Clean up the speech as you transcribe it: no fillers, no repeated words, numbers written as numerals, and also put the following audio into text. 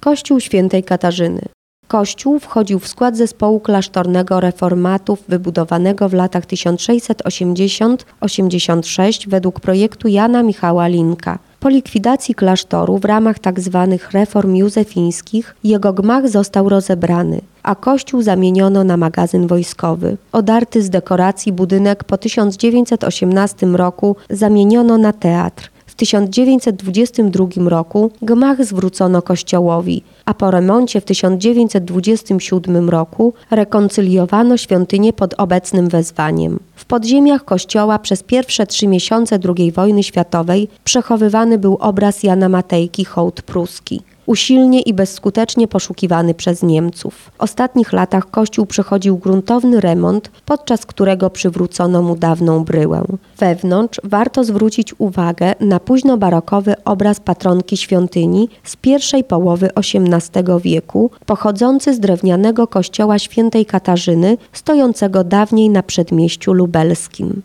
Kościół Świętej Katarzyny. Kościół wchodził w skład zespołu klasztornego reformatów wybudowanego w latach 1680-86 według projektu Jana Michała Linka. Po likwidacji klasztoru w ramach tzw. reform józefińskich jego gmach został rozebrany, a kościół zamieniono na magazyn wojskowy. Odarty z dekoracji budynek po 1918 roku zamieniono na teatr. W 1922 roku gmach zwrócono kościołowi, a po remoncie w 1927 roku rekoncyliowano świątynię pod obecnym wezwaniem. W podziemiach kościoła przez pierwsze 3 miesiące II wojny światowej przechowywany był obraz Jana Matejki Hołd Pruski, usilnie i bezskutecznie poszukiwany przez Niemców. W ostatnich latach kościół przechodził gruntowny remont, podczas którego przywrócono mu dawną bryłę. Wewnątrz warto zwrócić uwagę na późnobarokowy obraz patronki świątyni z pierwszej połowy XVIII wieku, pochodzący z drewnianego kościoła Świętej Katarzyny, stojącego dawniej na przedmieściu lubelskim.